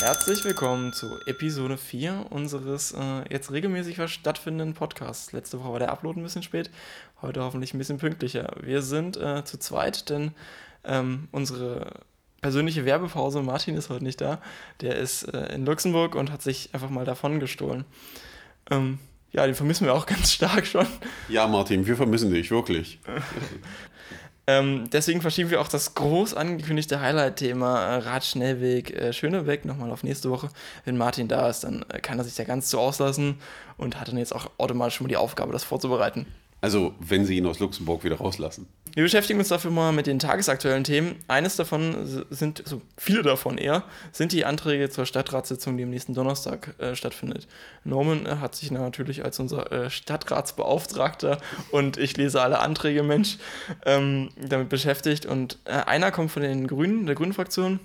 Herzlich willkommen zu Episode 4 unseres jetzt regelmäßig stattfindenden Podcasts. Letzte Woche war der Upload ein bisschen spät, heute hoffentlich ein bisschen pünktlicher. Wir sind zu zweit, denn unsere persönliche Werbepause, Martin ist heute nicht da, der ist in Luxemburg und hat sich einfach mal davon gestohlen. Ja, den vermissen wir auch ganz stark schon. Ja, Martin, wir vermissen dich, wirklich. Deswegen verschieben wir auch das groß angekündigte Highlight-Thema Radschnellweg Schönebeck nochmal auf nächste Woche. Wenn Martin da ist, dann kann er sich da ganz zu auslassen und hat dann jetzt auch automatisch schon mal die Aufgabe, das vorzubereiten. Also, wenn sie ihn aus Luxemburg wieder rauslassen. Wir beschäftigen uns dafür mal mit den tagesaktuellen Themen. Eines davon sind, also viele davon eher, sind die Anträge zur Stadtratssitzung, die am nächsten Donnerstag stattfindet. Norman hat sich natürlich als unser Stadtratsbeauftragter und ich lese alle Anträge, Mensch, damit beschäftigt. Und einer kommt von den Grünen, der Grünen-Fraktion.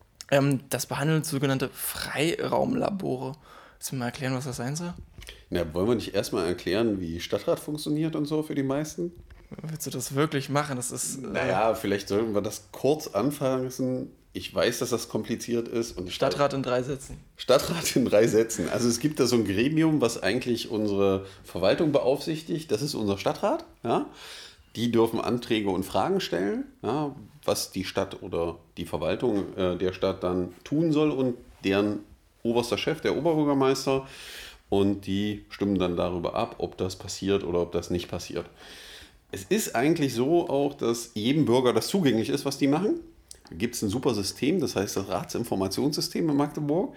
Das behandelt sogenannte Freiraumlabore. Willst du mal erklären, was das sein soll? Na, wollen wir nicht erstmal erklären, wie Stadtrat funktioniert und so für die meisten? Willst du das wirklich machen? Das ist. Naja, vielleicht sollten wir das kurz anfangen. Ich weiß, dass das kompliziert ist. Und Stadtrat in 3 Sätzen. Stadtrat in 3 Sätzen. Also es gibt da so ein Gremium, was eigentlich unsere Verwaltung beaufsichtigt. Das ist unser Stadtrat. Ja? Die dürfen Anträge und Fragen stellen, ja, was die Stadt oder die Verwaltung der Stadt dann tun soll und deren oberster Chef, der Oberbürgermeister, und die stimmen dann darüber ab, ob das passiert oder ob das nicht passiert. Es ist eigentlich so auch, dass jedem Bürger das zugänglich ist, was die machen. Da gibt es ein super System, das heißt das Ratsinformationssystem in Magdeburg.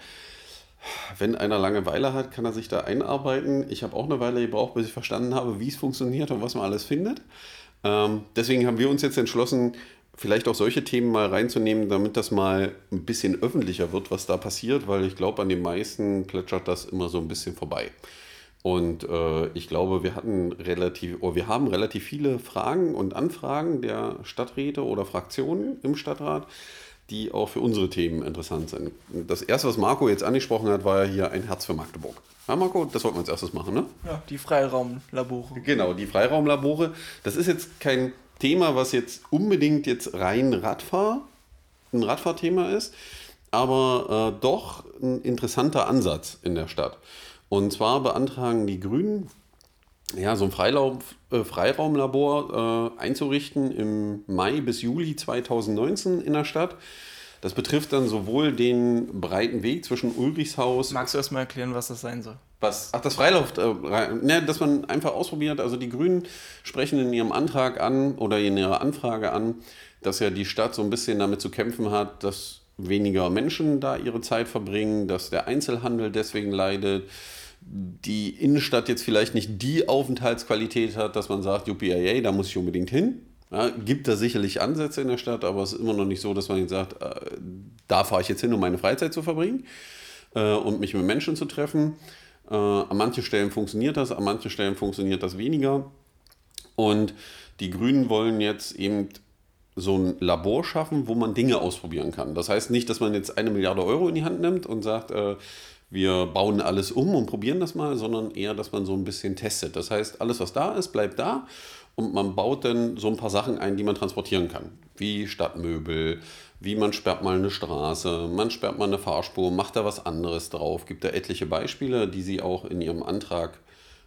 Wenn einer Langeweile hat, kann er sich da einarbeiten. Ich habe auch eine Weile gebraucht, bis ich verstanden habe, wie es funktioniert und was man alles findet. Deswegen haben wir uns jetzt entschlossen, vielleicht auch solche Themen mal reinzunehmen, damit das mal ein bisschen öffentlicher wird, was da passiert, weil ich glaube, an den meisten plätschert das immer so ein bisschen vorbei. Und ich glaube, wir haben relativ viele Fragen und Anfragen der Stadträte oder Fraktionen im Stadtrat, die auch für unsere Themen interessant sind. Das erste, was Marco jetzt angesprochen hat, war ja hier ein Herz für Magdeburg. Ja, Marco, das wollten wir als erstes machen, ne? Ja, die Freiraumlabore. Genau, die Freiraumlabore. Das ist jetzt kein Thema, was jetzt unbedingt jetzt rein ein Radfahrthema ist, aber doch ein interessanter Ansatz in der Stadt. Und zwar beantragen die Grünen, ja, so ein Freiraumlabor einzurichten im Mai bis Juli 2019 in der Stadt. Das betrifft dann sowohl den breiten Weg zwischen Ulrichshaus. Magst du erst mal erklären, was das sein soll? Das Freilauf, dass man einfach ausprobiert. Also die Grünen sprechen in ihrem Antrag an oder in ihrer Anfrage an, dass ja die Stadt so ein bisschen damit zu kämpfen hat, dass weniger Menschen da ihre Zeit verbringen, dass der Einzelhandel deswegen leidet, die Innenstadt jetzt vielleicht nicht die Aufenthaltsqualität hat, dass man sagt, UPIA, da muss ich unbedingt hin. Ja, gibt da sicherlich Ansätze in der Stadt, aber es ist immer noch nicht so, dass man jetzt sagt, da fahre ich jetzt hin, um meine Freizeit zu verbringen und mich mit Menschen zu treffen. An manchen Stellen funktioniert das, an manchen Stellen funktioniert das weniger. Und die Grünen wollen jetzt eben so ein Labor schaffen, wo man Dinge ausprobieren kann. Das heißt nicht, dass man jetzt 1 Milliarde Euro in die Hand nimmt und sagt, wir bauen alles um und probieren das mal, sondern eher, dass man so ein bisschen testet. Das heißt, alles, was da ist, bleibt da und man baut dann so ein paar Sachen ein, die man transportieren kann. Wie Stadtmöbel, wie man sperrt mal eine Straße, man sperrt mal eine Fahrspur, macht da was anderes drauf. Gibt da etliche Beispiele, die sie auch in ihrem Antrag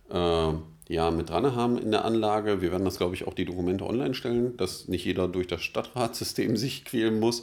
mit dran haben in der Anlage. Wir werden das, glaube ich, auch die Dokumente online stellen, dass nicht jeder durch das Stadtratssystem sich quälen muss.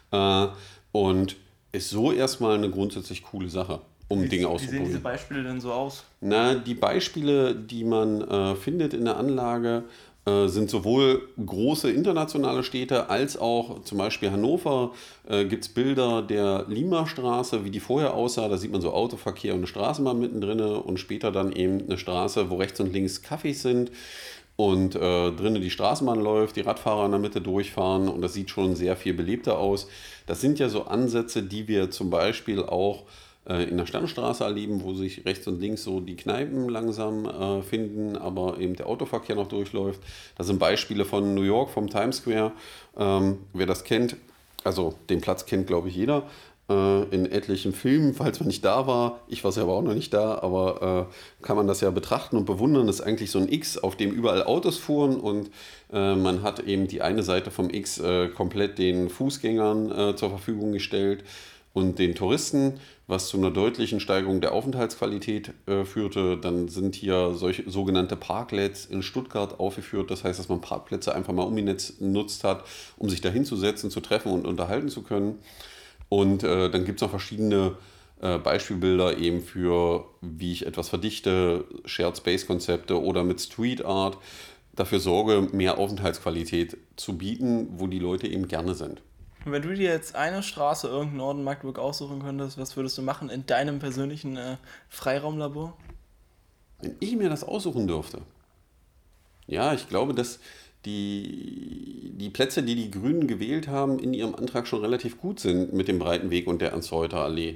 Und ist so erstmal eine grundsätzlich coole Sache, um Dinge auszuprobieren. Wie sehen diese Beispiele denn so aus? Na, die Beispiele, die man findet in der Anlage, sind sowohl große internationale Städte als auch zum Beispiel Hannover. Gibt es Bilder der Limastraße, wie die vorher aussah. Da sieht man so Autoverkehr und eine Straßenbahn mittendrin und später dann eben eine Straße, wo rechts und links Cafés sind und drinnen die Straßenbahn läuft, die Radfahrer in der Mitte durchfahren und das sieht schon sehr viel belebter aus. Das sind ja so Ansätze, die wir zum Beispiel auch in der Sternstraße erleben, wo sich rechts und links so die Kneipen langsam finden, aber eben der Autoverkehr noch durchläuft. Das sind Beispiele von New York, vom Times Square. Wer das kennt, also den Platz kennt, glaube ich, jeder. In etlichen Filmen, falls man nicht da war. Ich war selber auch noch nicht da, aber kann man das ja betrachten und bewundern. Das ist eigentlich so ein X, auf dem überall Autos fuhren und man hat eben die eine Seite vom X komplett den Fußgängern zur Verfügung gestellt. und den Touristen, was zu einer deutlichen Steigerung der Aufenthaltsqualität führte. Dann sind hier solche sogenannte Parklets in Stuttgart aufgeführt. Das heißt, dass man Parkplätze einfach mal umgenutzt hat, um sich da hinzusetzen, zu treffen und unterhalten zu können. Und dann gibt es noch verschiedene Beispielbilder eben für, wie ich etwas verdichte, Shared Space Konzepte oder mit Street Art dafür sorge, mehr Aufenthaltsqualität zu bieten, wo die Leute eben gerne sind. Und wenn du dir jetzt eine Straße irgendeinen Ort in Magdeburg aussuchen könntest, was würdest du machen in deinem persönlichen Freiraumlabor? Wenn ich mir das aussuchen dürfte, ja, ich glaube, dass die Plätze, die die Grünen gewählt haben, in ihrem Antrag schon relativ gut sind mit dem breiten Weg und der Ernst-Reuter Allee.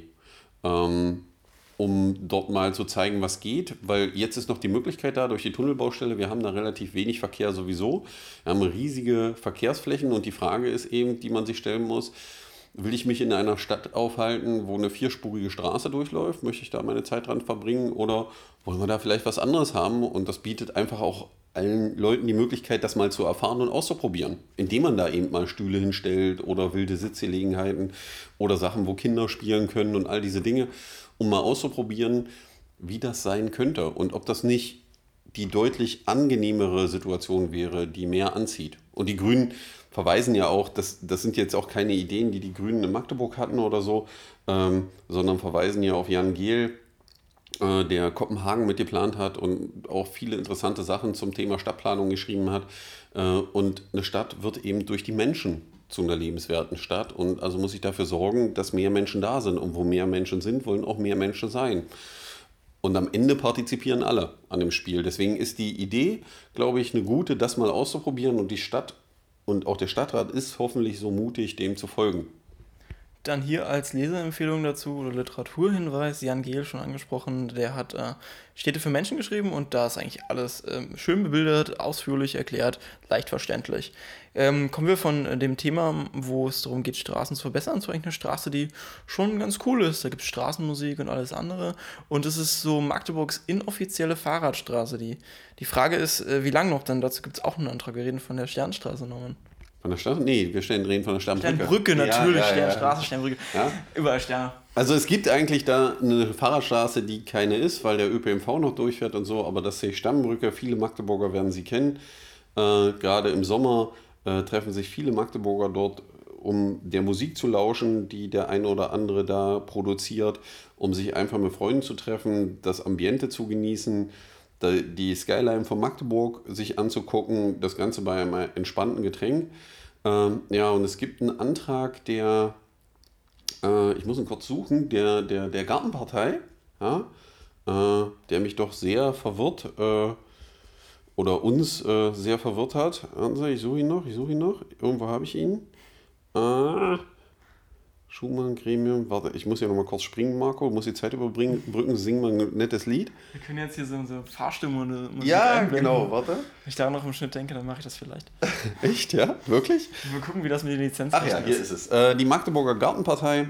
Um dort mal zu zeigen, was geht, weil jetzt ist noch die Möglichkeit da durch die Tunnelbaustelle, wir haben da relativ wenig Verkehr sowieso, wir haben riesige Verkehrsflächen und die Frage ist eben, die man sich stellen muss, will ich mich in einer Stadt aufhalten, wo eine 4-spurige Straße durchläuft, möchte ich da meine Zeit dran verbringen oder wollen wir da vielleicht was anderes haben und das bietet einfach auch allen Leuten die Möglichkeit, das mal zu erfahren und auszuprobieren, indem man da eben mal Stühle hinstellt oder wilde Sitzgelegenheiten oder Sachen, wo Kinder spielen können und all diese Dinge, um mal auszuprobieren, wie das sein könnte und ob das nicht die deutlich angenehmere Situation wäre, die mehr anzieht. Und die Grünen verweisen ja auch, das sind jetzt auch keine Ideen, die die Grünen in Magdeburg hatten oder so, sondern verweisen ja auf Jan Gehl, der Kopenhagen mitgeplant hat und auch viele interessante Sachen zum Thema Stadtplanung geschrieben hat. Und eine Stadt wird eben durch die Menschen zu einer lebenswerten Stadt. Und also muss ich dafür sorgen, dass mehr Menschen da sind. Und wo mehr Menschen sind, wollen auch mehr Menschen sein. Und am Ende partizipieren alle an dem Spiel. Deswegen ist die Idee, glaube ich, eine gute, das mal auszuprobieren. Und die Stadt und auch der Stadtrat ist hoffentlich so mutig, dem zu folgen. Dann hier als Leseempfehlung dazu oder Literaturhinweis, Jan Gehl schon angesprochen, der hat Städte für Menschen geschrieben und da ist eigentlich alles schön bebildert, ausführlich erklärt, leicht verständlich. Kommen wir von dem Thema, wo es darum geht, Straßen zu verbessern, zu eigentlich einer Straße, die schon ganz cool ist. Da gibt es Straßenmusik und alles andere und es ist so Magdeburgs inoffizielle Fahrradstraße. Die Frage ist, wie lang noch, denn dazu gibt es auch einen Antrag, wir reden von der Sternstraße, Norman. Von der Stadt? Nee, wir reden von der Sternbrücke. Sternbrücke, natürlich, ja, Sternstraße, Sternbrücke. Ja? Überall Sterne. Also es gibt eigentlich da eine Fahrradstraße, die keine ist, weil der ÖPNV noch durchfährt und so, aber das ist die Sternbrücke, viele Magdeburger werden sie kennen. Gerade im Sommer treffen sich viele Magdeburger dort, um der Musik zu lauschen, die der eine oder andere da produziert, um sich einfach mit Freunden zu treffen, das Ambiente zu genießen, die Skyline von Magdeburg sich anzugucken, das Ganze bei einem entspannten Getränk. Ja, und es gibt einen Antrag der, ich muss ihn kurz suchen, der Gartenpartei, ja, der mich doch sehr verwirrt oder uns sehr verwirrt hat. Also, ich suche ihn noch. Irgendwo habe ich ihn. Schumann, Gremium. Warte, ich muss hier nochmal kurz springen, Marco. Muss die Zeit überbrücken, singen wir ein nettes Lied. Wir können jetzt hier so Fahrstimme Musik ja, einblenden. genau, warte. Wenn ich daran noch im Schnitt denke, dann mache ich das vielleicht. Echt, ja? Wirklich? Wir gucken, wie das mit den Lizenzen ist. Ach ja, hier ist es. Die Magdeburger Gartenpartei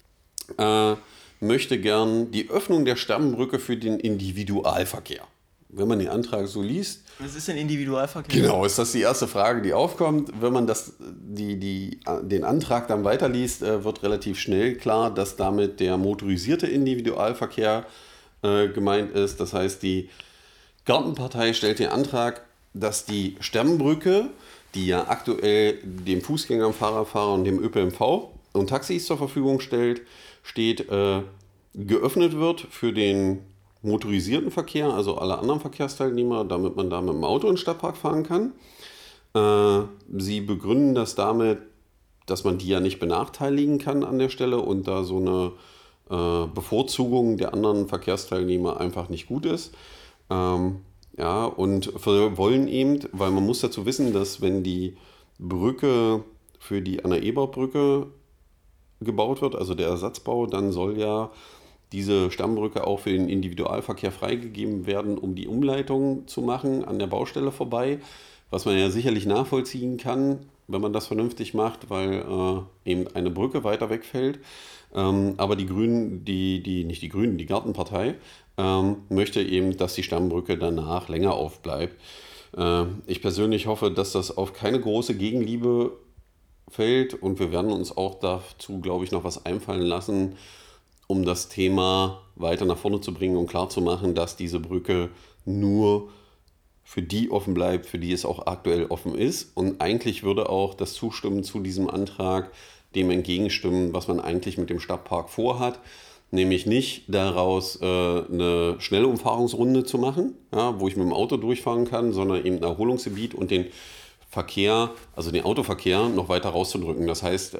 möchte gern die Öffnung der Sternbrücke für den Individualverkehr. Wenn man den Antrag so liest. Was ist denn Individualverkehr? Genau, ist das die erste Frage, die aufkommt. Wenn man den Antrag dann weiterliest, wird relativ schnell klar, dass damit der motorisierte Individualverkehr gemeint ist. Das heißt, die Gartenpartei stellt den Antrag, dass die Sternbrücke, die ja aktuell dem Fußgängern, Fahrradfahrern und dem ÖPNV und Taxis zur Verfügung steht, geöffnet wird für den motorisierten Verkehr, also alle anderen Verkehrsteilnehmer, damit man da mit dem Auto in den Stadtpark fahren kann. Sie begründen das damit, dass man die ja nicht benachteiligen kann an der Stelle und da so eine Bevorzugung der anderen Verkehrsteilnehmer einfach nicht gut ist. Ja, und wir wollen eben, weil man muss dazu wissen, dass wenn die Brücke für die Anna-Ebert-Brücke gebaut wird, also der Ersatzbau, dann soll ja diese Sternbrücke auch für den Individualverkehr freigegeben werden, um die Umleitung zu machen an der Baustelle vorbei, was man ja sicherlich nachvollziehen kann, wenn man das vernünftig macht, weil eben eine Brücke weiter wegfällt. Aber die Grünen, die Gartenpartei, möchte eben, dass die Sternbrücke danach länger aufbleibt. Ich persönlich hoffe, dass das auf keine große Gegenliebe fällt und wir werden uns auch dazu, glaube ich, noch was einfallen lassen, um das Thema weiter nach vorne zu bringen und klarzumachen, dass diese Brücke nur für die offen bleibt, für die es auch aktuell offen ist. Und eigentlich würde auch das Zustimmen zu diesem Antrag dem entgegenstimmen, was man eigentlich mit dem Stadtpark vorhat. Nämlich nicht daraus eine schnelle Umfahrungsrunde zu machen, ja, wo ich mit dem Auto durchfahren kann, sondern eben ein Erholungsgebiet und den Verkehr, also den Autoverkehr, noch weiter rauszudrücken. Das heißt,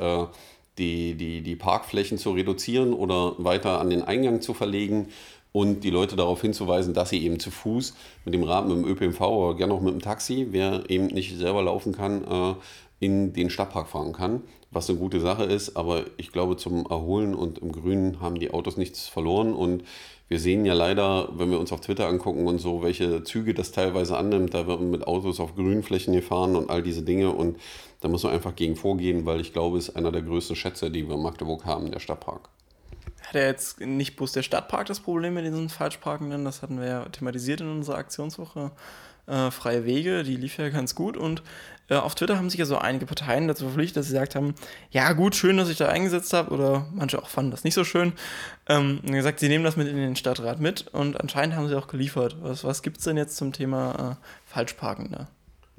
die Parkflächen zu reduzieren oder weiter an den Eingang zu verlegen und die Leute darauf hinzuweisen, dass sie eben zu Fuß mit dem Rad, mit dem ÖPNV oder gerne auch mit dem Taxi, wer eben nicht selber laufen kann, in den Stadtpark fahren kann, was eine gute Sache ist. Aber ich glaube, zum Erholen und im Grünen haben die Autos nichts verloren. Und wir sehen ja leider, wenn wir uns auf Twitter angucken und so, welche Züge das teilweise annimmt, da wird mit Autos auf Grünflächen gefahren und all diese Dinge. Und da muss man einfach gegen vorgehen, weil ich glaube, es ist einer der größten Schätze, die wir in Magdeburg haben, der Stadtpark. Hat ja jetzt nicht bloß der Stadtpark das Problem mit diesen Falschparkenden, das hatten wir ja thematisiert in unserer Aktionswoche. Freie Wege, die lief ja ganz gut und auf Twitter haben sich ja so einige Parteien dazu verpflichtet, dass sie gesagt haben, ja gut, schön, dass ich da eingesetzt habe oder manche auch fanden das nicht so schön und gesagt, sie nehmen das mit in den Stadtrat mit und anscheinend haben sie auch geliefert. Was gibt es denn jetzt zum Thema Falschparkende?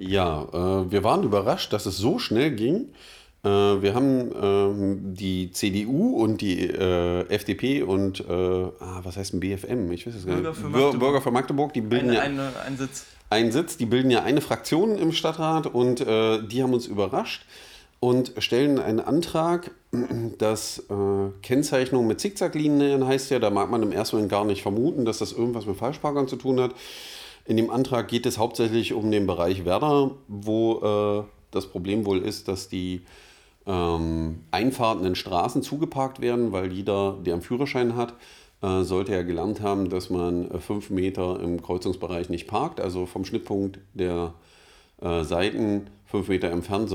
Ja, wir waren überrascht, dass es so schnell ging. Wir haben die CDU und die FDP und was heißt ein BFM? Ich weiß es gar nicht. Bürger für Magdeburg, die bilden ein Sitz. Einen Sitz, die bilden ja eine Fraktion im Stadtrat und die haben uns überrascht und stellen einen Antrag, dass Kennzeichnung mit Zickzacklinien heißt ja, da mag man im ersten Moment gar nicht vermuten, dass das irgendwas mit Falschparkern zu tun hat. In dem Antrag geht es hauptsächlich um den Bereich Werder, wo das Problem wohl ist, dass die Einfahrten in Straßen zugeparkt werden, weil jeder, der einen Führerschein hat, sollte ja gelernt haben, dass man 5 Meter im Kreuzungsbereich nicht parkt. Also vom Schnittpunkt der Seiten 5 Meter entfernt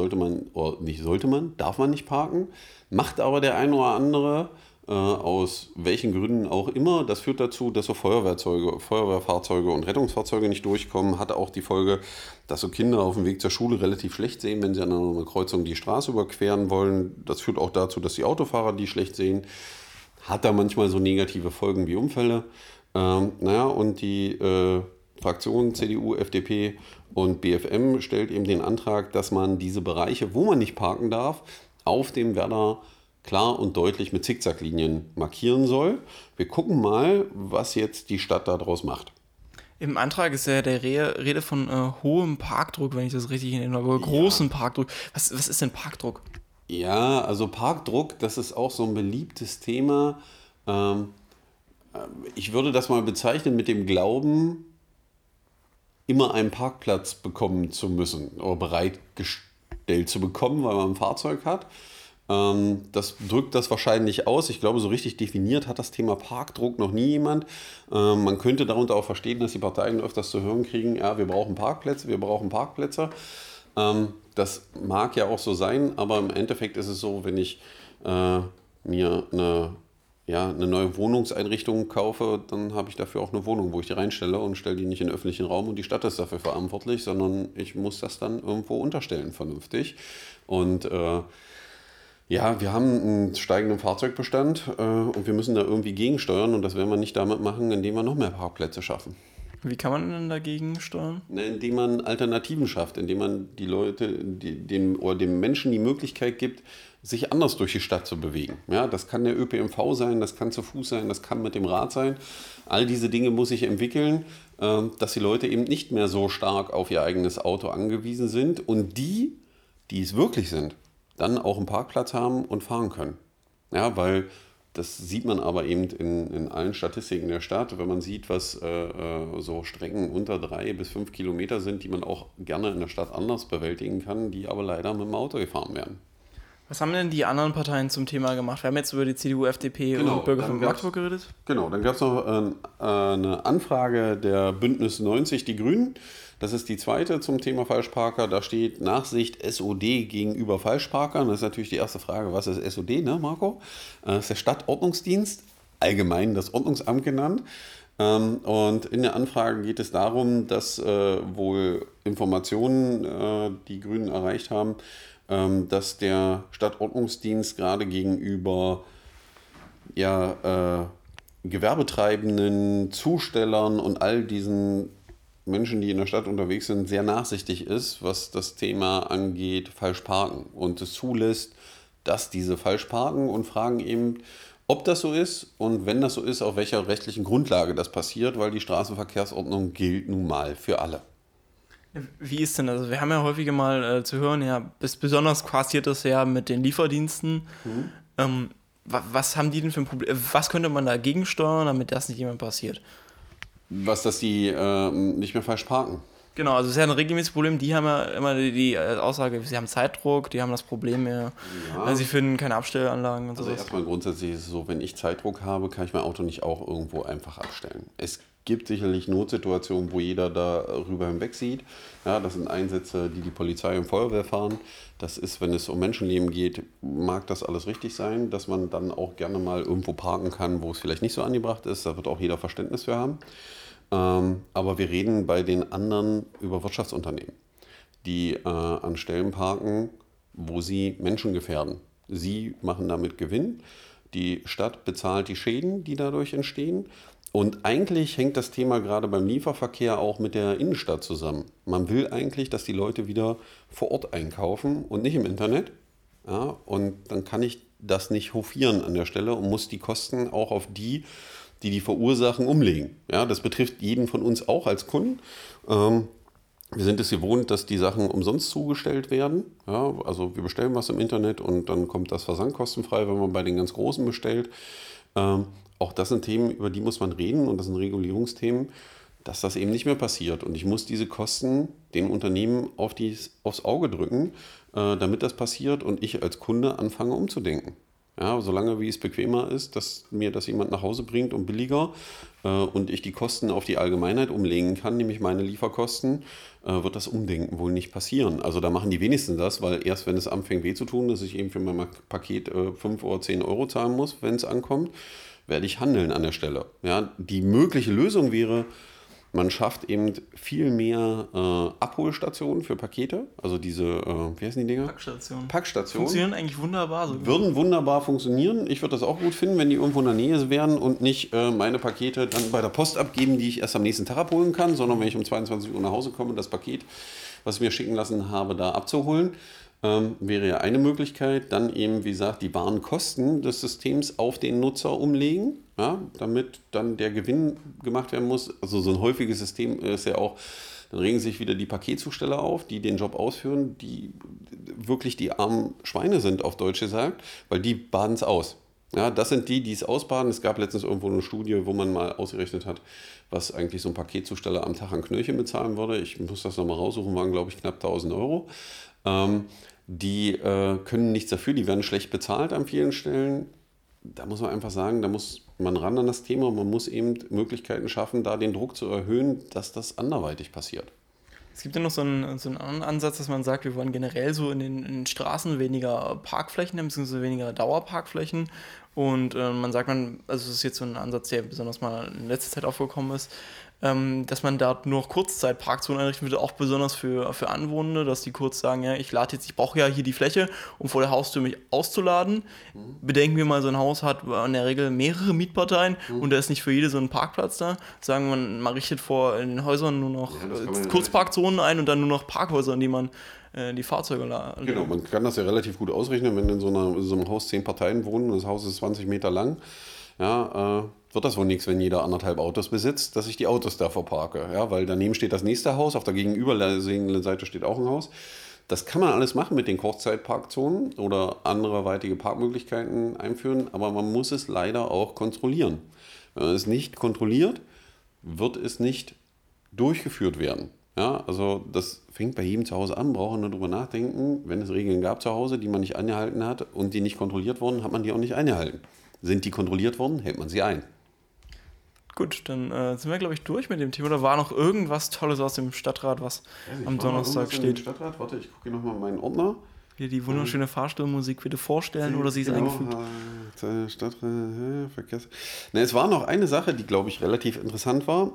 darf man nicht parken. Macht aber der ein oder andere, aus welchen Gründen auch immer. Das führt dazu, dass so Feuerwehrfahrzeuge und Rettungsfahrzeuge nicht durchkommen. Hat auch die Folge, dass so Kinder auf dem Weg zur Schule relativ schlecht sehen, wenn sie an einer Kreuzung die Straße überqueren wollen. Das führt auch dazu, dass die Autofahrer die schlecht sehen. Hat da manchmal so negative Folgen wie Unfälle. Und die Fraktionen CDU, FDP und BFM stellt eben den Antrag, dass man diese Bereiche, wo man nicht parken darf, auf dem Werder klar und deutlich mit Zickzacklinien markieren soll. Wir gucken mal, was jetzt die Stadt daraus macht. Im Antrag ist ja der Rede von hohem Parkdruck, wenn ich das richtig erinnere, oder großen Parkdruck. Was ist denn Parkdruck? Ja, also Parkdruck, das ist auch so ein beliebtes Thema. Ich würde das mal bezeichnen mit dem Glauben, immer einen Parkplatz bekommen zu müssen oder bereitgestellt zu bekommen, weil man ein Fahrzeug hat. Das drückt das wahrscheinlich aus. Ich glaube, so richtig definiert hat das Thema Parkdruck noch nie jemand. Man könnte darunter auch verstehen, dass die Parteien öfters zu hören kriegen, ja, wir brauchen Parkplätze. Das mag ja auch so sein, aber im Endeffekt ist es so, wenn ich mir eine neue Wohnungseinrichtung kaufe, dann habe ich dafür auch eine Wohnung, wo ich die reinstelle und stelle die nicht in den öffentlichen Raum und die Stadt ist dafür verantwortlich, sondern ich muss das dann irgendwo unterstellen, vernünftig. Und wir haben einen steigenden Fahrzeugbestand und wir müssen da irgendwie gegensteuern und das werden wir nicht damit machen, indem wir noch mehr Parkplätze schaffen. Wie kann man denn dagegen steuern? Indem man Alternativen schafft, indem man die Leute, dem Menschen die Möglichkeit gibt, sich anders durch die Stadt zu bewegen. Ja, das kann der ÖPNV sein, das kann zu Fuß sein, das kann mit dem Rad sein. All diese Dinge muss sich entwickeln, dass die Leute eben nicht mehr so stark auf ihr eigenes Auto angewiesen sind und die es wirklich sind, dann auch einen Parkplatz haben und fahren können. Ja, weil das sieht man aber eben in allen Statistiken der Stadt, wenn man sieht, was so Strecken unter 3 bis 5 Kilometer sind, die man auch gerne in der Stadt anders bewältigen kann, die aber leider mit dem Auto gefahren werden. Was haben denn die anderen Parteien zum Thema gemacht? Wir haben jetzt über die CDU, FDP und Bürger von Magdeburg geredet. Genau, dann gab es noch eine Anfrage der Bündnis 90, die Grünen. Das ist die zweite zum Thema Falschparker. Da steht Nachsicht SOD gegenüber Falschparkern. Das ist natürlich die erste Frage, was ist SOD, ne Marco? Das ist der Stadtordnungsdienst, allgemein das Ordnungsamt genannt. Und in der Anfrage geht es darum, dass wohl Informationen die Grünen erreicht haben, dass der Stadtordnungsdienst gerade gegenüber Gewerbetreibenden, Zustellern und all diesen Menschen, die in der Stadt unterwegs sind, sehr nachsichtig ist, was das Thema angeht, falsch parken und es zulässt, dass diese falsch parken und fragen eben, ob das so ist und wenn das so ist, auf welcher rechtlichen Grundlage das passiert, weil die Straßenverkehrsordnung gilt nun mal für alle. Wie ist denn, also wir haben ja häufiger mal zu hören, ja, besonders passiert das ja mit den Lieferdiensten. Was haben die denn für ein Problem? Was könnte man dagegen steuern, damit das nicht jemand passiert? Dass die nicht mehr falsch parken. Genau, also es ist ja ein regelmäßiges Problem. Die haben ja immer die Aussage, sie haben Zeitdruck, die haben das Problem mehr, sie finden keine Abstellanlagen und so. Also erstmal grundsätzlich ist es so, wenn ich Zeitdruck habe, kann ich mein Auto nicht auch irgendwo einfach abstellen. Es gibt sicherlich Notsituationen, wo jeder darüber hinweg sieht. Ja, das sind Einsätze, die Polizei und Feuerwehr fahren. Das ist, wenn es um Menschenleben geht, mag das alles richtig sein, dass man dann auch gerne mal irgendwo parken kann, wo es vielleicht nicht so angebracht ist. Da wird auch jeder Verständnis für haben. Aber wir reden bei den anderen über Wirtschaftsunternehmen, die an Stellen parken, wo sie Menschen gefährden. Sie machen damit Gewinn. Die Stadt bezahlt die Schäden, die dadurch entstehen. Und eigentlich hängt das Thema gerade beim Lieferverkehr auch mit der Innenstadt zusammen. Man will eigentlich, dass die Leute wieder vor Ort einkaufen und nicht im Internet. Ja, und dann kann ich das nicht hofieren an der Stelle und muss die Kosten auch auf die verursachen, umlegen. Ja, das betrifft jeden von uns auch als Kunden. Wir sind es gewohnt, dass die Sachen umsonst zugestellt werden. Ja, also wir bestellen was im Internet und dann kommt das versandkostenfrei, wenn man bei den ganz Großen bestellt. Auch das sind Themen, über die muss man reden und das sind Regulierungsthemen, dass das eben nicht mehr passiert. Und ich muss diese Kosten den Unternehmen aufs Auge drücken, damit das passiert und ich als Kunde anfange umzudenken. Ja, solange wie es bequemer ist, dass mir das jemand nach Hause bringt und billiger und ich die Kosten auf die Allgemeinheit umlegen kann, nämlich meine Lieferkosten, wird das Umdenken wohl nicht passieren. Also da machen die wenigsten das, weil erst wenn es anfängt weh zu tun, dass ich eben für mein Paket 5 oder 10 Euro zahlen muss, wenn es ankommt, werde ich handeln an der Stelle. Ja, die mögliche Lösung wäre, man schafft eben viel mehr Abholstationen für Pakete, also diese, wie heißen die Dinger? Packstationen. Funktionieren eigentlich wunderbar. Sogar. Würden wunderbar funktionieren. Ich würde das auch gut finden, wenn die irgendwo in der Nähe wären und nicht meine Pakete dann bei der Post abgeben, die ich erst am nächsten Tag abholen kann, sondern wenn ich um 22 Uhr nach Hause komme, das Paket, was ich mir schicken lassen habe, da abzuholen. Wäre ja eine Möglichkeit, dann eben, wie gesagt, die Warenkosten des Systems auf den Nutzer umlegen, ja, damit dann der Gewinn gemacht werden muss. Also so ein häufiges System ist ja auch, dann regen sich wieder die Paketzusteller auf, die den Job ausführen, die wirklich die armen Schweine sind, auf Deutsch gesagt, weil die baden es aus. Ja, das sind die es ausbaden. Es gab letztens irgendwo eine Studie, wo man mal ausgerechnet hat, was eigentlich so ein Paketzusteller am Tag an Knöllchen bezahlen würde. Ich muss das nochmal raussuchen, waren glaube ich knapp 1.000 Euro. Die können nichts dafür, die werden schlecht bezahlt an vielen Stellen. Da muss man einfach sagen, da muss man ran an das Thema. Man muss eben Möglichkeiten schaffen, da den Druck zu erhöhen, dass das anderweitig passiert. Es gibt ja noch so einen anderen Ansatz, dass man sagt, wir wollen generell so in den Straßen weniger Parkflächen haben, beziehungsweise weniger Dauerparkflächen. Und man sagt, also es ist jetzt so ein Ansatz, der besonders mal in letzter Zeit aufgekommen ist, dass man da nur noch Kurzzeitparkzonen einrichten würde, auch besonders für Anwohner, dass die kurz sagen, ja, ich brauche ja hier die Fläche, um vor der Haustür mich auszuladen. Bedenken wir mal, so ein Haus hat in der Regel mehrere Mietparteien und da ist nicht für jede so ein Parkplatz da. Sagen man richtet vor in den Häusern nur noch Kurzparkzonen ein und dann nur noch Parkhäuser, in die man die Fahrzeuge laden. Genau, man kann das ja relativ gut ausrechnen, wenn in so einem Haus 10 Parteien wohnen und das Haus ist 20 Meter lang. Ja, wird das wohl nichts, wenn jeder 1,5 Autos besitzt, dass ich die Autos da verparke. Ja, weil daneben steht das nächste Haus, auf der gegenüberliegenden Seite steht auch ein Haus. Das kann man alles machen mit den Kurzzeitparkzonen oder anderweitige Parkmöglichkeiten einführen, aber man muss es leider auch kontrollieren. Wenn man es nicht kontrolliert, wird es nicht durchgeführt werden. Ja, also das fängt bei jedem zu Hause an, braucht man nur drüber nachdenken. Wenn es Regeln gab zu Hause, die man nicht eingehalten hat und die nicht kontrolliert wurden, hat man die auch nicht eingehalten. Sind die kontrolliert worden, hält man sie ein. Gut, dann sind wir, glaube ich, durch mit dem Thema. Oder war noch irgendwas Tolles aus dem Stadtrat, was am Donnerstag steht? Stadtrat? Warte, ich gucke nochmal meinen Ordner. Hier die wunderschöne Fahrstuhlmusik bitte vorstellen oder sie ist eingefügt. Stadtrat, vergessen. Es war noch eine Sache, die, glaube ich, relativ interessant war.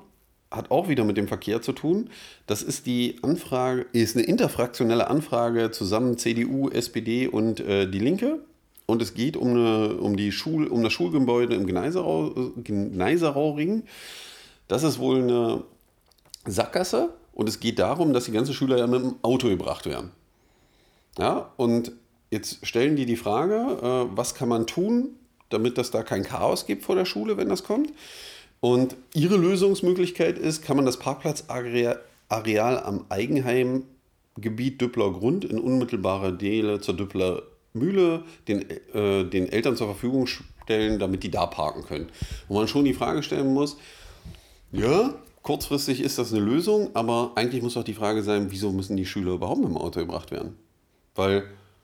hat auch wieder mit dem Verkehr zu tun. Das ist eine interfraktionelle Anfrage zusammen CDU, SPD und die Linke. Und es geht um das Schulgebäude im Gneiserau-Ring. Das ist wohl eine Sackgasse und es geht darum, dass die ganzen Schüler ja mit dem Auto gebracht werden. Ja, und jetzt stellen die Frage, was kann man tun, damit das da kein Chaos gibt vor der Schule, wenn das kommt. Und ihre Lösungsmöglichkeit ist, kann man das Parkplatzareal am Eigenheimgebiet Düppler Grund in unmittelbarer Nähe zur Düppler Mühle den Eltern zur Verfügung stellen, damit die da parken können. Wo man schon die Frage stellen muss, ja, kurzfristig ist das eine Lösung, aber eigentlich muss doch die Frage sein, wieso müssen die Schüler überhaupt mit dem Auto gebracht werden? Weil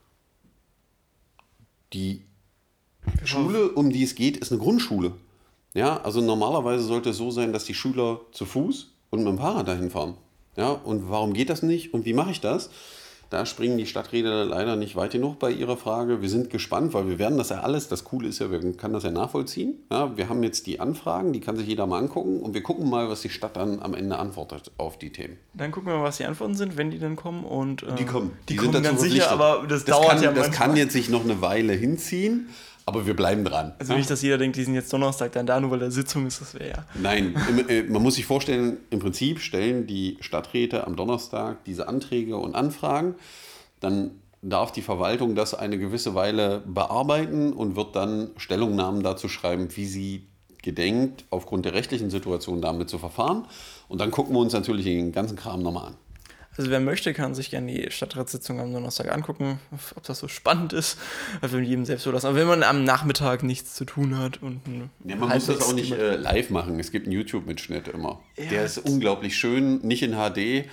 die Schule, um die es geht, ist eine Grundschule. Ja, also normalerweise sollte es so sein, dass die Schüler zu Fuß und mit dem Fahrrad dahin fahren. Ja, und warum geht das nicht und wie mache ich das? Da springen die Stadträte leider nicht weit genug bei ihrer Frage. Wir sind gespannt, weil wir werden das ja alles, das Coole ist ja, wir können das ja nachvollziehen. Ja, wir haben jetzt die Anfragen, die kann sich jeder mal angucken und wir gucken mal, was die Stadt dann am Ende antwortet auf die Themen. Dann gucken wir mal, was die Antworten sind, wenn die dann kommen. Und, die kommen. Die kommen ganz sicher, aber das dauert ja manchmal. Das kann jetzt sich noch eine Weile hinziehen. Aber wir bleiben dran. Also nicht, dass jeder denkt, die sind jetzt Donnerstag dann da, nur weil der Sitzung ist, das wäre ja. Nein, man muss sich vorstellen, im Prinzip stellen die Stadträte am Donnerstag diese Anträge und Anfragen. Dann darf die Verwaltung das eine gewisse Weile bearbeiten und wird dann Stellungnahmen dazu schreiben, wie sie gedenkt, aufgrund der rechtlichen Situation damit zu verfahren. Und dann gucken wir uns natürlich den ganzen Kram nochmal an. Also wer möchte, kann sich gerne die Stadtratssitzung am Donnerstag angucken, ob das so spannend ist. Also jedem selbst so lassen. Aber wenn man am Nachmittag nichts zu tun hat und man muss das auch nicht live machen. Es gibt einen YouTube-Mitschnitt immer. Ja, der ist unglaublich schön, nicht in HD.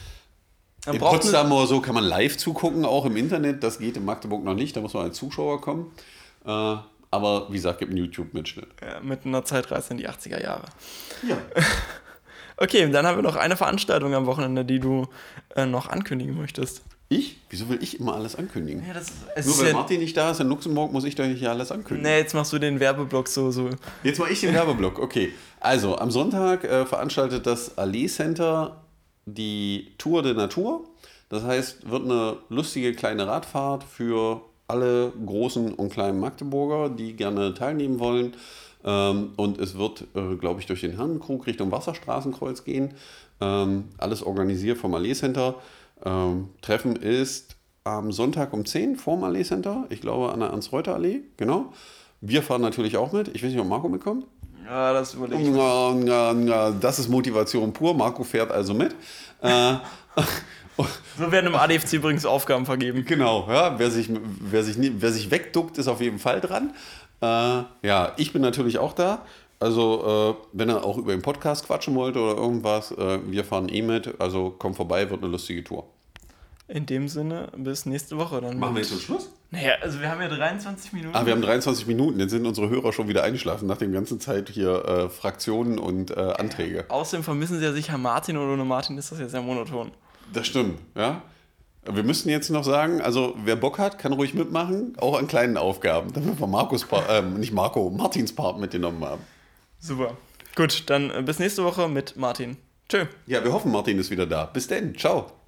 In Potsdam oder so kann man live zugucken, auch im Internet. Das geht in Magdeburg noch nicht, da muss man als Zuschauer kommen. Aber wie gesagt, gibt einen YouTube-Mitschnitt. Ja, mit einer Zeitreise in die 80er Jahre. Ja. Okay, dann haben wir noch eine Veranstaltung am Wochenende, die du noch ankündigen möchtest. Ich? Wieso will ich immer alles ankündigen? Ja, nur weil Martin nicht da ist in Luxemburg, muss ich doch nicht alles ankündigen. Nee, jetzt machst du den Werbeblock so. Jetzt mache ich den Werbeblock, okay. Also, am Sonntag veranstaltet das Allee Center die Tour de Natur. Das heißt, wird eine lustige kleine Radfahrt für alle großen und kleinen Magdeburger, die gerne teilnehmen wollen. Und es wird, glaube ich, durch den Herrenkrug Richtung Wasserstraßenkreuz gehen. Alles organisiert vom Allee Center. Treffen ist am Sonntag um 10 vorm Allee Center. Ich glaube an der Ernst-Reuter-Allee, genau. Wir fahren natürlich auch mit. Ich weiß nicht, ob Marco mitkommt. Ja, das überlege ich. Das ist Motivation pur. Marco fährt also mit. So werden im ADFC übrigens Aufgaben vergeben. Genau, ja. Wer sich wegduckt, ist auf jeden Fall dran. Ja, ich bin natürlich auch da. Also, wenn ihr auch über den Podcast quatschen wollt oder irgendwas, wir fahren mit. Also, kommt vorbei, wird eine lustige Tour. In dem Sinne, bis nächste Woche. Dann machen wir jetzt zum Schluss? Naja, also wir haben ja 23 Minuten. Wir haben 23 Minuten. Jetzt sind unsere Hörer schon wieder eingeschlafen nach der ganzen Zeit hier Fraktionen und Anträge. Außerdem vermissen sie ja sicher Martin und ohne Martin ist das ja sehr monoton. Das stimmt, ja. Wir müssten jetzt noch sagen, also wer Bock hat, kann ruhig mitmachen, auch an kleinen Aufgaben, damit wir Martins Part mitgenommen haben. Super. Gut, dann bis nächste Woche mit Martin. Tschö. Ja, wir hoffen, Martin ist wieder da. Bis dann. Ciao.